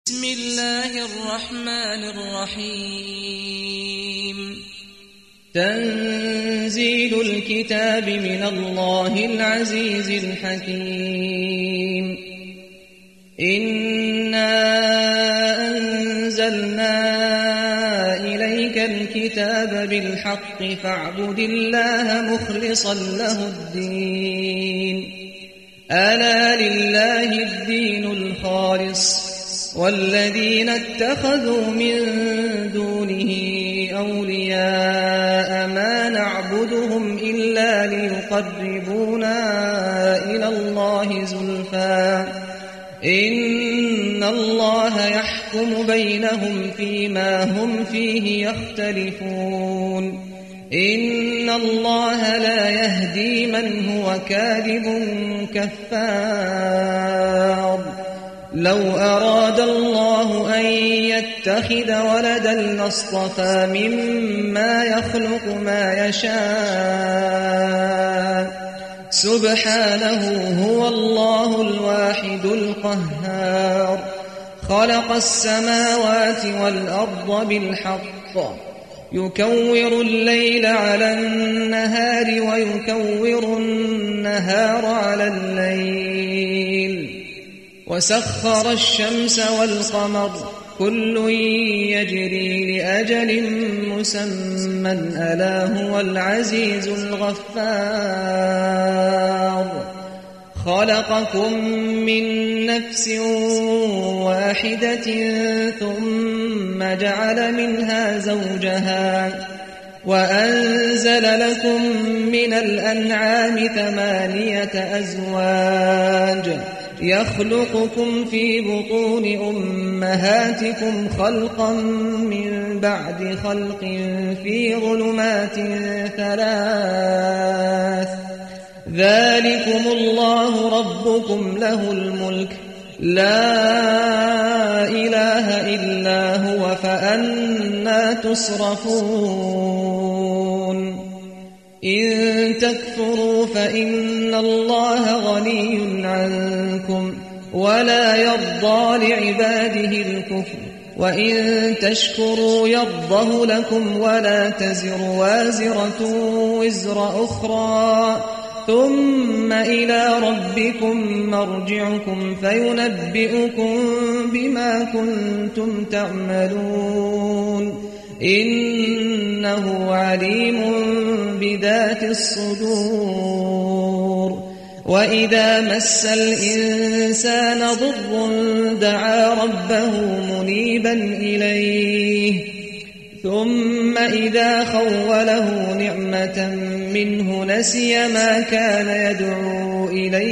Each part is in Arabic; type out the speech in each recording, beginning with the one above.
بسم الله الرحمن الرحيم تنزيل الكتاب من الله العزيز الحكيم إنا أنزلنا إليك الكتاب بالحق فاعبد الله مخلصا له الدين ألا لله الدين الخالص والذين اتخذوا من دونه أولياء ما نعبدهم إلا ليقربونا إلى الله زلفى إن الله يحكم بينهم فيما هم فيه يختلفون إن الله لا يهدي من هو كاذب كفار لو أراد الله أن يتخذ ولدا لاصطفى مما يخلق ما يشاء سبحانه هو الله الواحد القهار خلق السماوات والأرض بالحق يكور الليل على النهار ويكور النهار على الليل وسخر الشمس والقمر كل يجري لأجل مسمى ألا هو العزيز الغفار خلقكم من نفس واحدة ثم جعل منها زوجها وأنزل لكم من الأنعام 8 أزواج يخلقكم في بطون أمهاتكم خلقا من بعد خلق في ظلمات 3 ذلكم الله ربكم له الملك لا إله إلا هو فأنى تصرفون إن تكفروا فإن الله غني عنكم ولا يرضى لعباده الكفر وإن تشكروا يرضه لكم ولا تزر وازرة وزر أخرى ثم إلى ربكم مرجعكم فينبئكم بما كنتم تعملون إنه عليم بذات الصدور وإذا مس الإنسان ضر دعا ربه منيبا إليه ثم إذا خوله نعمة منه نسي ما كان يدعو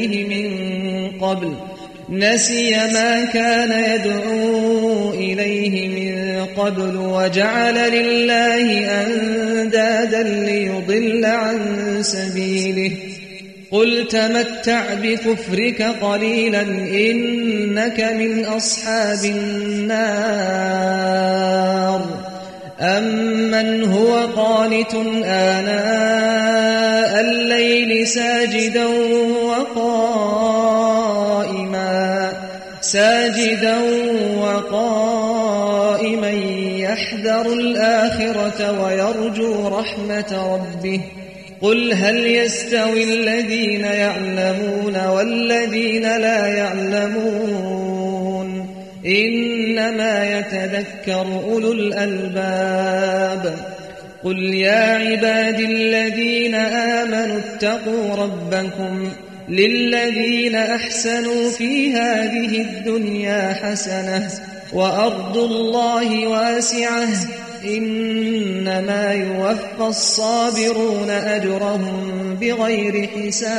إليه من قبل وجعل لله أندادا ليضل عن سبيله قل تمتع بكفرك قليلا إنك من أصحاب النار أمن هو قانت آناء الليل ساجدا وقائما يحذر الآخرة ويرجو رحمة ربه قل هل يستوي الذين يعلمون والذين لا يعلمون إنما يتذكر أولو الألباب قل يا عبادي الذين آمنوا اتقوا ربكم للذين أحسنوا في هذه الدنيا حسنة وأرض الله واسعة إنما يوفى الصابرون أجرهم بغير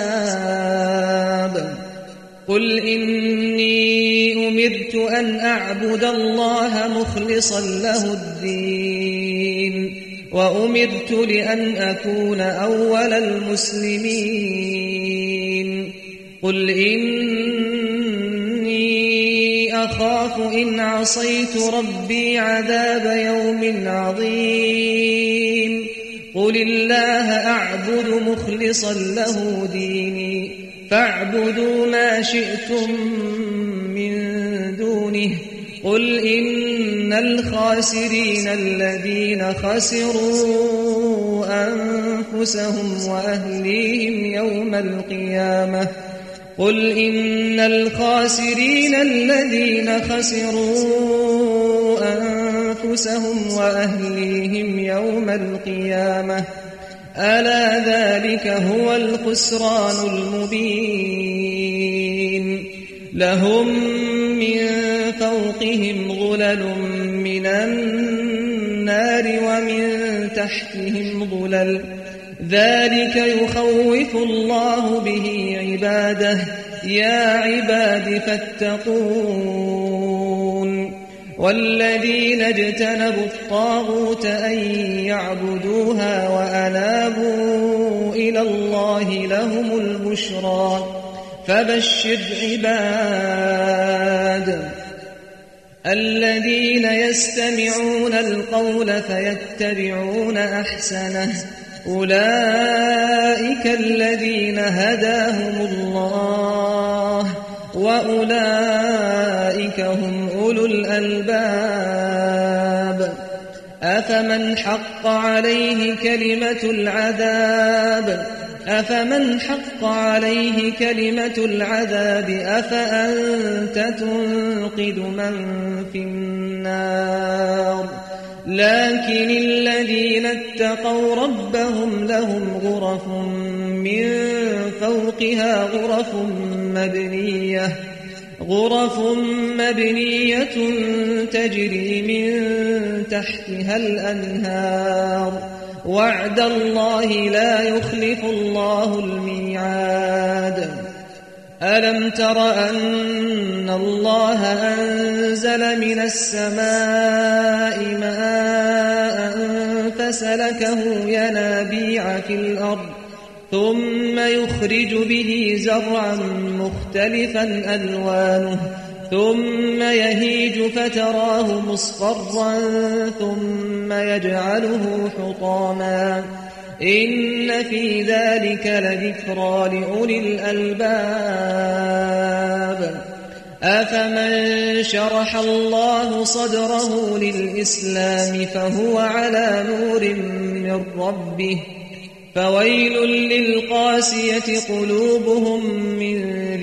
حساب قل إني أمرت أن أعبد الله مخلصا له الدين وأمرت لأن أكون أول المسلمين قل إني أخاف إن عصيت ربي عذاب يوم عظيم قل الله أعبد مخلصا له ديني فاعبدوا ما شئتم من دونه قل إن الخاسرين الذين خسروا أنفسهم وأهليهم يوم القيامة قل إن الخاسرين الذين خسروا أنفسهم وأهليهم يوم القيامة ألا ذلك هو الخسران المبين لهم من فوقهم غلل من النار ومن تحتهم غلل ذلك يخوف الله به عباده يا عباد فاتقون والذين اجتنبوا الطاغوت أن يعبدوها وأنابوا إلى الله لهم البشرى فبشر عباد الذين يستمعون القول فيتبعون أحسنه أولئك الذين هداهم الله وأولئك هم أولو الألباب أفمن حق عليه كلمة العذاب أفأنت تنقذ من في النار لكن الذين اتقوا ربهم لهم غرف من فوقها غرف مبنية تجري من تحتها الأنهار وعد الله لا يخلف الله الميعاد ألم تر أن الله أنزل من السماء ماء فسلكه ينابيع في الأرض ثم يخرج به زرعا مختلفا ألوانه ثم يهيج فتراه مصفرا ثم يجعله حطاما إن في ذلك لذكرى لأولي الألباب أفمن شرح الله صدره للإسلام فهو على نور من ربه فويل للقاسية قلوبهم من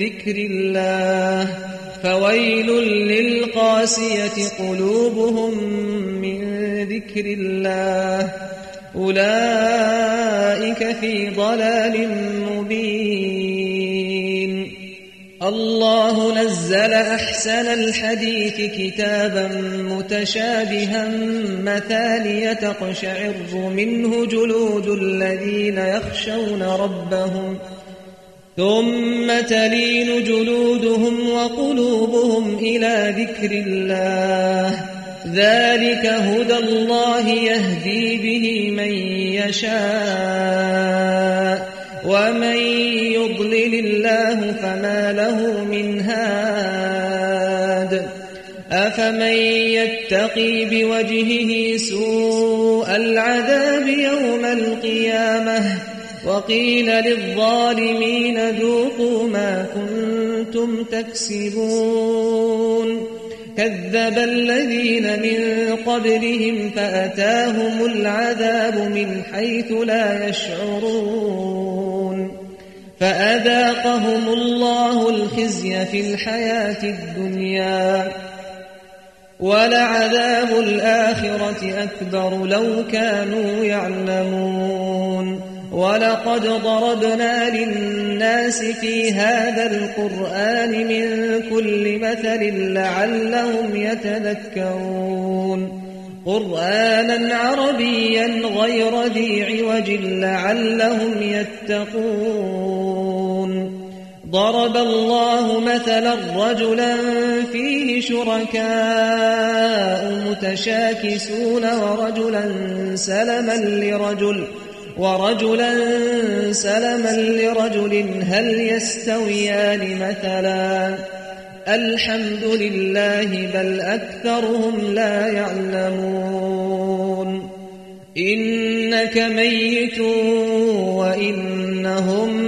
ذكر الله أولئك في ضلال مبين الله نزل أحسن الحديث كتابا متشابها مثانية تقشعر منه جلود الذين يخشون ربهم ثم تلين جلودهم وقلوبهم إلى ذكر الله ذلك هدى الله يهدي به من يشاء ومن يضلل الله فما له من هاد أفمن يتقي بوجهه سوء العذاب يوم القيامة وقيل للظالمين ذوقوا ما كنتم تكسبون كذب الذين من قبلهم فأتاهم العذاب من حيث لا يشعرون فأذاقهم الله الخزي في الحياة الدنيا ولعذاب الآخرة أكبر لو كانوا يعلمون ولقد ضربنا للناس في هذا القرآن من كل مثل لعلهم يتذكرون قرآنا عربيا غير ذي عوج لعلهم يتقون ضرب الله مثلا رجلا فيه شركاء متشاكسون ورجلا سلما لرجل هل يستويان مثلا الحمد لله بل أكثرهم لا يعلمون إنك ميت وإنهم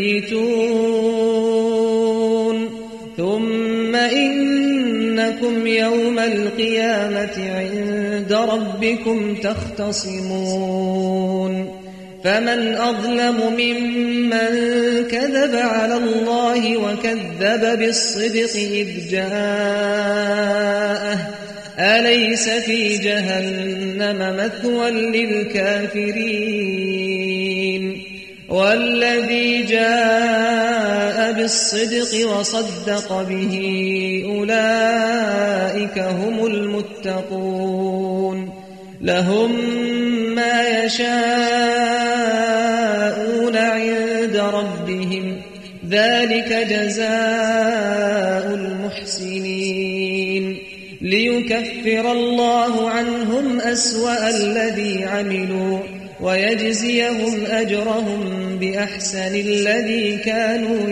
ميتون ثم إنكم يوم القيامة عند ربكم تختصمون فمن أظلم ممن كذب على الله وكذب بالصدق إذ جاءه أليس في جهنم مثوى للكافرين والذي جاء بالصدق وصدق به أولئك هم المتقون لهم ما يشاءون عند ربهم ذلك جزاء المحسنين ليكفر الله عنهم أسوأ الذي عملوا ويجزيهم أجرهم بأحسن الذي كانوا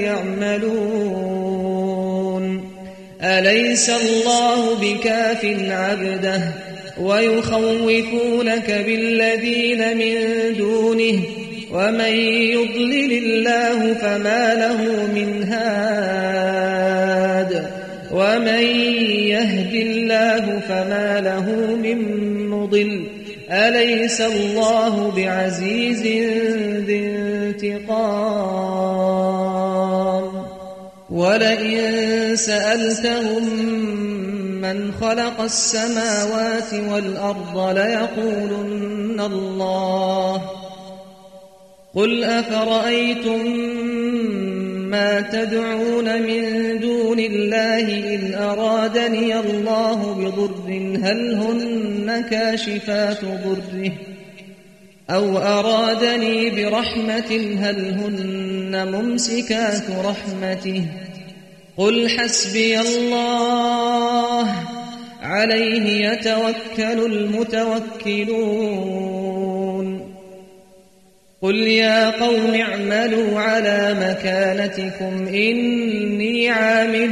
يعملون أليس الله بكاف عبده ويخوفونك بالذين من دونه ومن يضلل الله فما له من هاد ومن يهد الله فما له من مضل أليس الله بعزيز ذي انتقام ولئن سألتهم من خلق السماوات والأرض ليقولن الله قل أفرأيتم ما تدعون من دون الله إن أرادني الله بضر هل هن كاشفات ضره أو أرادني برحمة هل هن ممسكات رحمته قل حسبي الله عليه يتوكل المتوكلون قل يا قوم اعملوا على مكانتكم إني عامل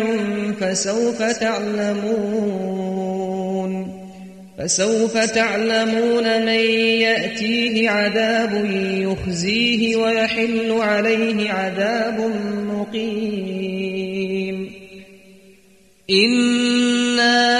فسوف تعلمون من يأتيه عذاب يخزيه ويحل عليه عذاب مقيم إنا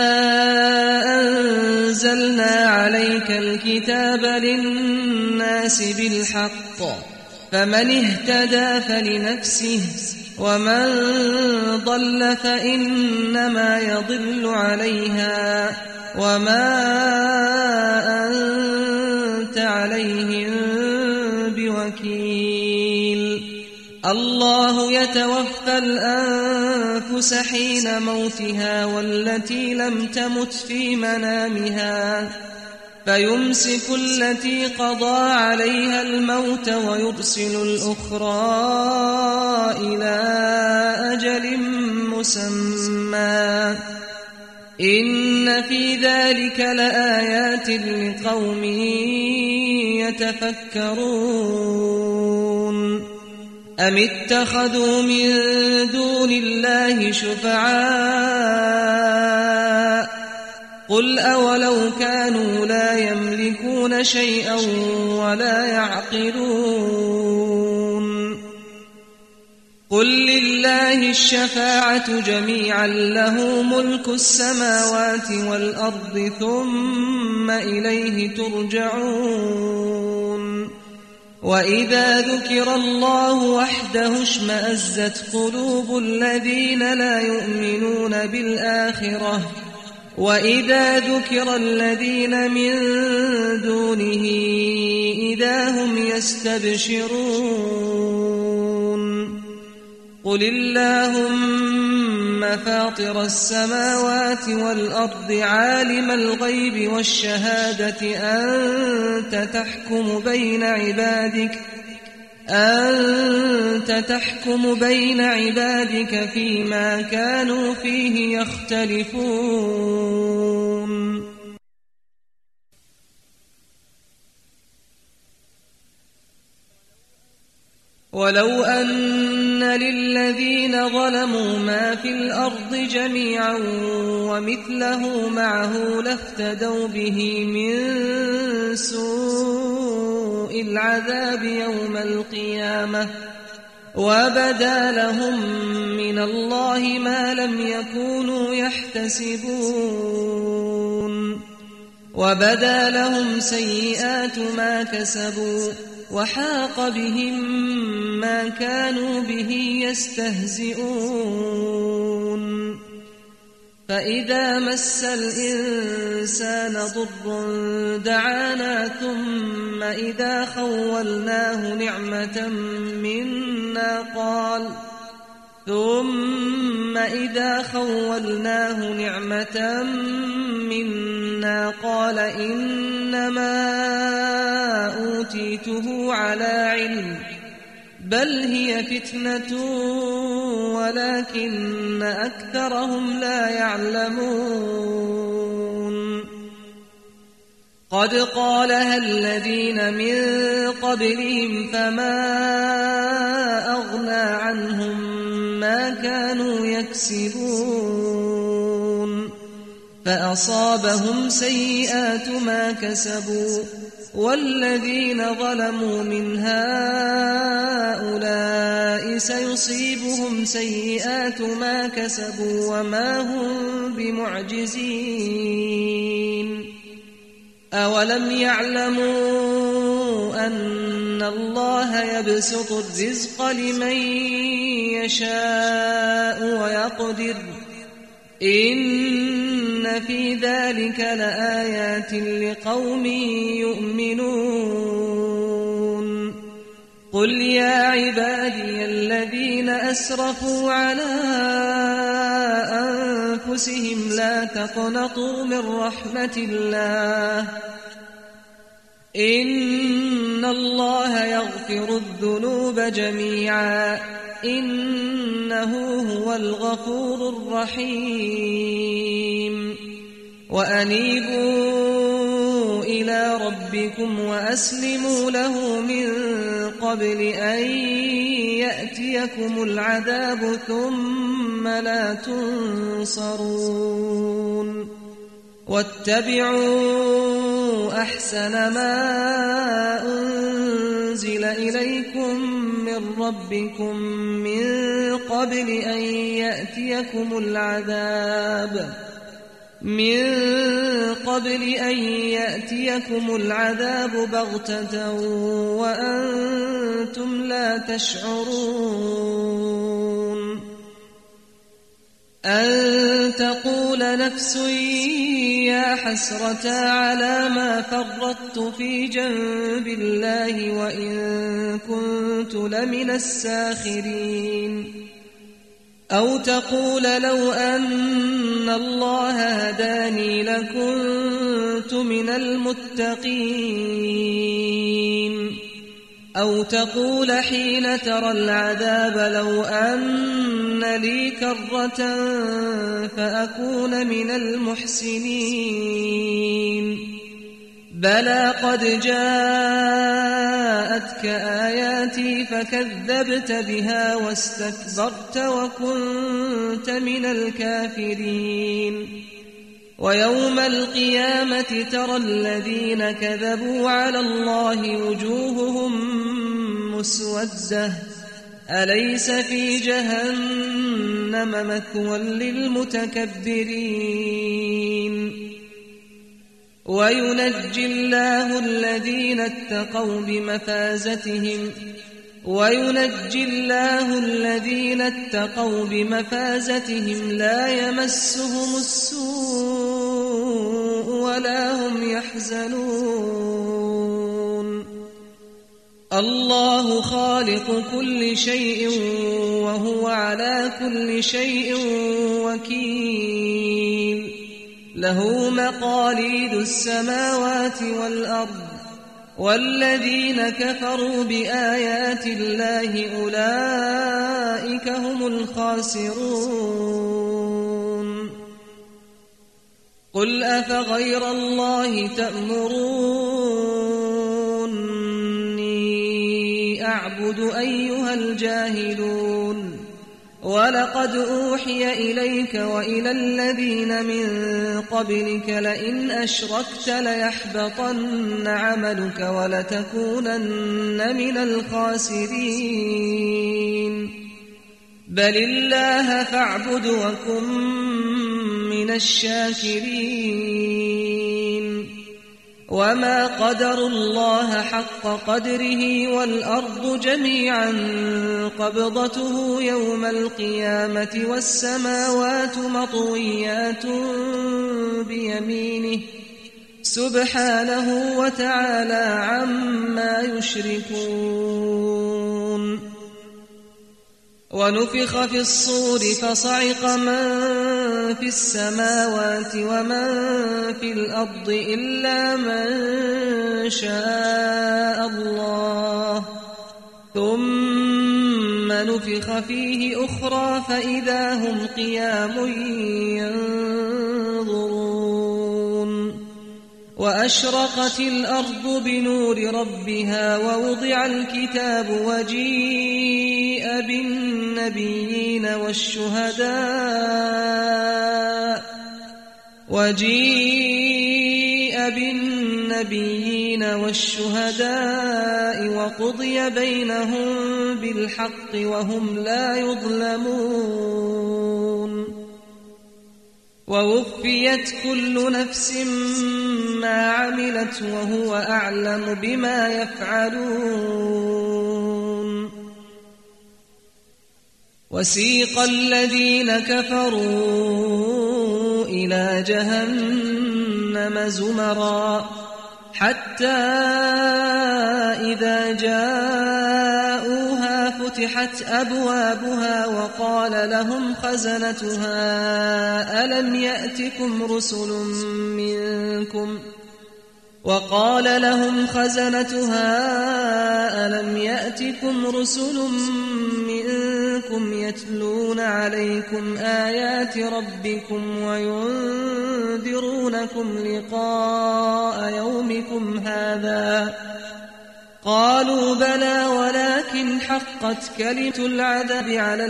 أنزلنا عليك الكتاب للناس بالحق فمن اهتدى فلنفسه ومن ضل فإنما يضل عليها وما أنت عليهم بوكيل الله يتوفى الأنفس حين موتها والتي لم تمت في منامها فيمسك التي قضى عليها الموت ويرسل الأخرى إلى أجل مسمى إن في ذلك لآيات لقوم يتفكرون أم اتخذوا من دون الله شفعاء قل أولو كانوا لا يملكون شيئا ولا يعقلون قل لله الشفاعة جميعا له ملك السماوات والأرض ثم إليه ترجعون وإذا ذكر الله وحده اشمأزت قلوب الذين لا يؤمنون بالآخرة وإذا ذكر الذين من دونه إذا هم يستبشرون قل اللهم فاطر السماوات والأرض عالم الغيب والشهادة أنت تحكم بين عبادك فيما كانوا فيه يختلفون ولو أن للذين ظلموا ما في الأرض جميعا ومثله معه لافتدوا به من سوء العذاب يوم القيامة وبدا لهم من الله ما لم يكونوا يحتسبون وبدا لهم سيئات ما كسبوا وحاق بهم ما كانوا به يستهزئون فإذا مس الإنسان ضر دعانا ثم إذا خولناه نعمة منا قال إنما أوتيته على علم بل هي فتنة ولكن أكثرهم لا يعلمون قد قالها الذين من قبلهم فما أغنى عنهم ما كانوا يكسبون فأصابهم سيئات ما كسبوا والذين ظلموا من هؤلاء سيصيبهم سيئات ما كسبوا وما هم بمعجزين أولم يعلموا أن الله يبسط الرزق لمن يشاء ويقدر إن في ذلك لآيات لقوم يؤمنون قل يا عبادي الذين أسرفوا على أنفسهم لا تقنطوا من رحمة الله إن الله يغفر الذنوب جميعا إنه هو الغفور الرحيم وأنيبوا إلى ربكم وأسلموا له من قبل أن يأتيكم العذاب ثم لا تنصرون واتبعوا أحسن ما أنزل إليكم من ربكم من قبل أن يأتيكم العذاب بغتة وأنتم لا تشعرون أن تقول نفس يا حسرة على ما فرطت في جنب الله وإن كنت لمن الساخرين أو تقول لو أن الله هداني لكنت من المتقين أو تقول حين ترى العذاب لو أن لي كرة فأكون من المحسنين بلى قد جاءتك آياتي فكذبت بها واستكبرت وكنت من الكافرين ويوم القيامة ترى الذين كذبوا على الله وجوههم مسودة أليس في جهنم مثوى للمتكبرين وينجي الله الذين اتقوا بمفازتهم لا يمسهم السوء ولا هم يحزنون الله خالق كل شيء وهو على كل شيء وكيل له مقاليد السماوات والأرض والذين كفروا بآيات الله أولئك هم الخاسرون قل أفغير الله تأمروني أعبد أيها الجاهلون ولقد أوحي إليك وإلى الذين من قبلك لئن أشركت ليحبطن عملك ولتكونن من الخاسرين بل الله فاعبد وكن من الشاكرين وما قدروا الله حق قدره والأرض جميعا قبضته يوم القيامة والسماوات مطويات بيمينه سبحانه وتعالى عما يشركون ونفخ في الصور فصعق من في السماوات ومن في الأرض إلا من شاء الله ثم نفخ فيه أخرى فإذا هم قيام ينظرون وأشرقت الأرض بنور ربها ووضع الكتاب وجيء بالنبيين والشهداء وقضي بينهم بالحق وهم لا يظلمون ووفيت كل نفس ما عملت وهو أعلم بما يفعلون وسيق الذين كفروا إلى جهنم زمرا حتى إذا جاءوها فتحت أبوابها وقال لهم خزنتها ألم يأتكم رسل منكم يتلون عليكم آيات ربكم وينذرونكم لقاء يومكم هذا قالوا بلى ولكن حقت كلمة العذاب على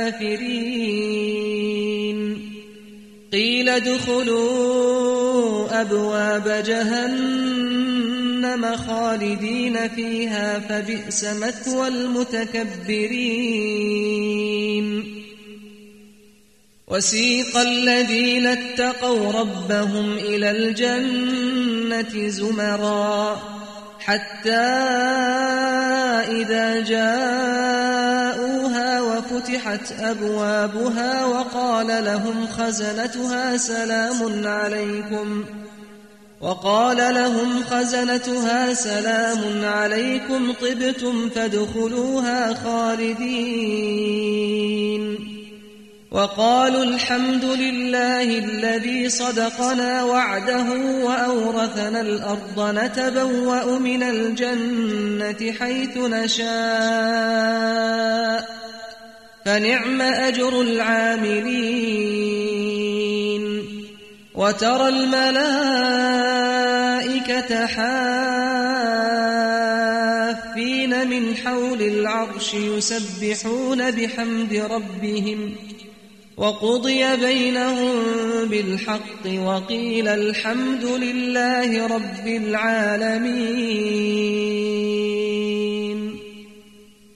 الكافرين قيل ادخلوا أبواب جهنم خالدين فيها فبئس مثوى المتكبرين وسيق الذين اتقوا ربهم إلى الجنة زمرا حتى إذا جاءوها وفتحت أبوابها وقال لهم خزنتها سلام عليكم طبتم فادخلوها خالدين وقالوا الحمد لله الذي صدقنا وعده وأورثنا الأرض نتبوأ من الجنة حيث نشاء فنعم أجر العاملين وترى الملائكة حافين من حول العرش يسبحون بحمد ربهم وقضي بينهم بالحق وقيل الحمد لله رب العالمين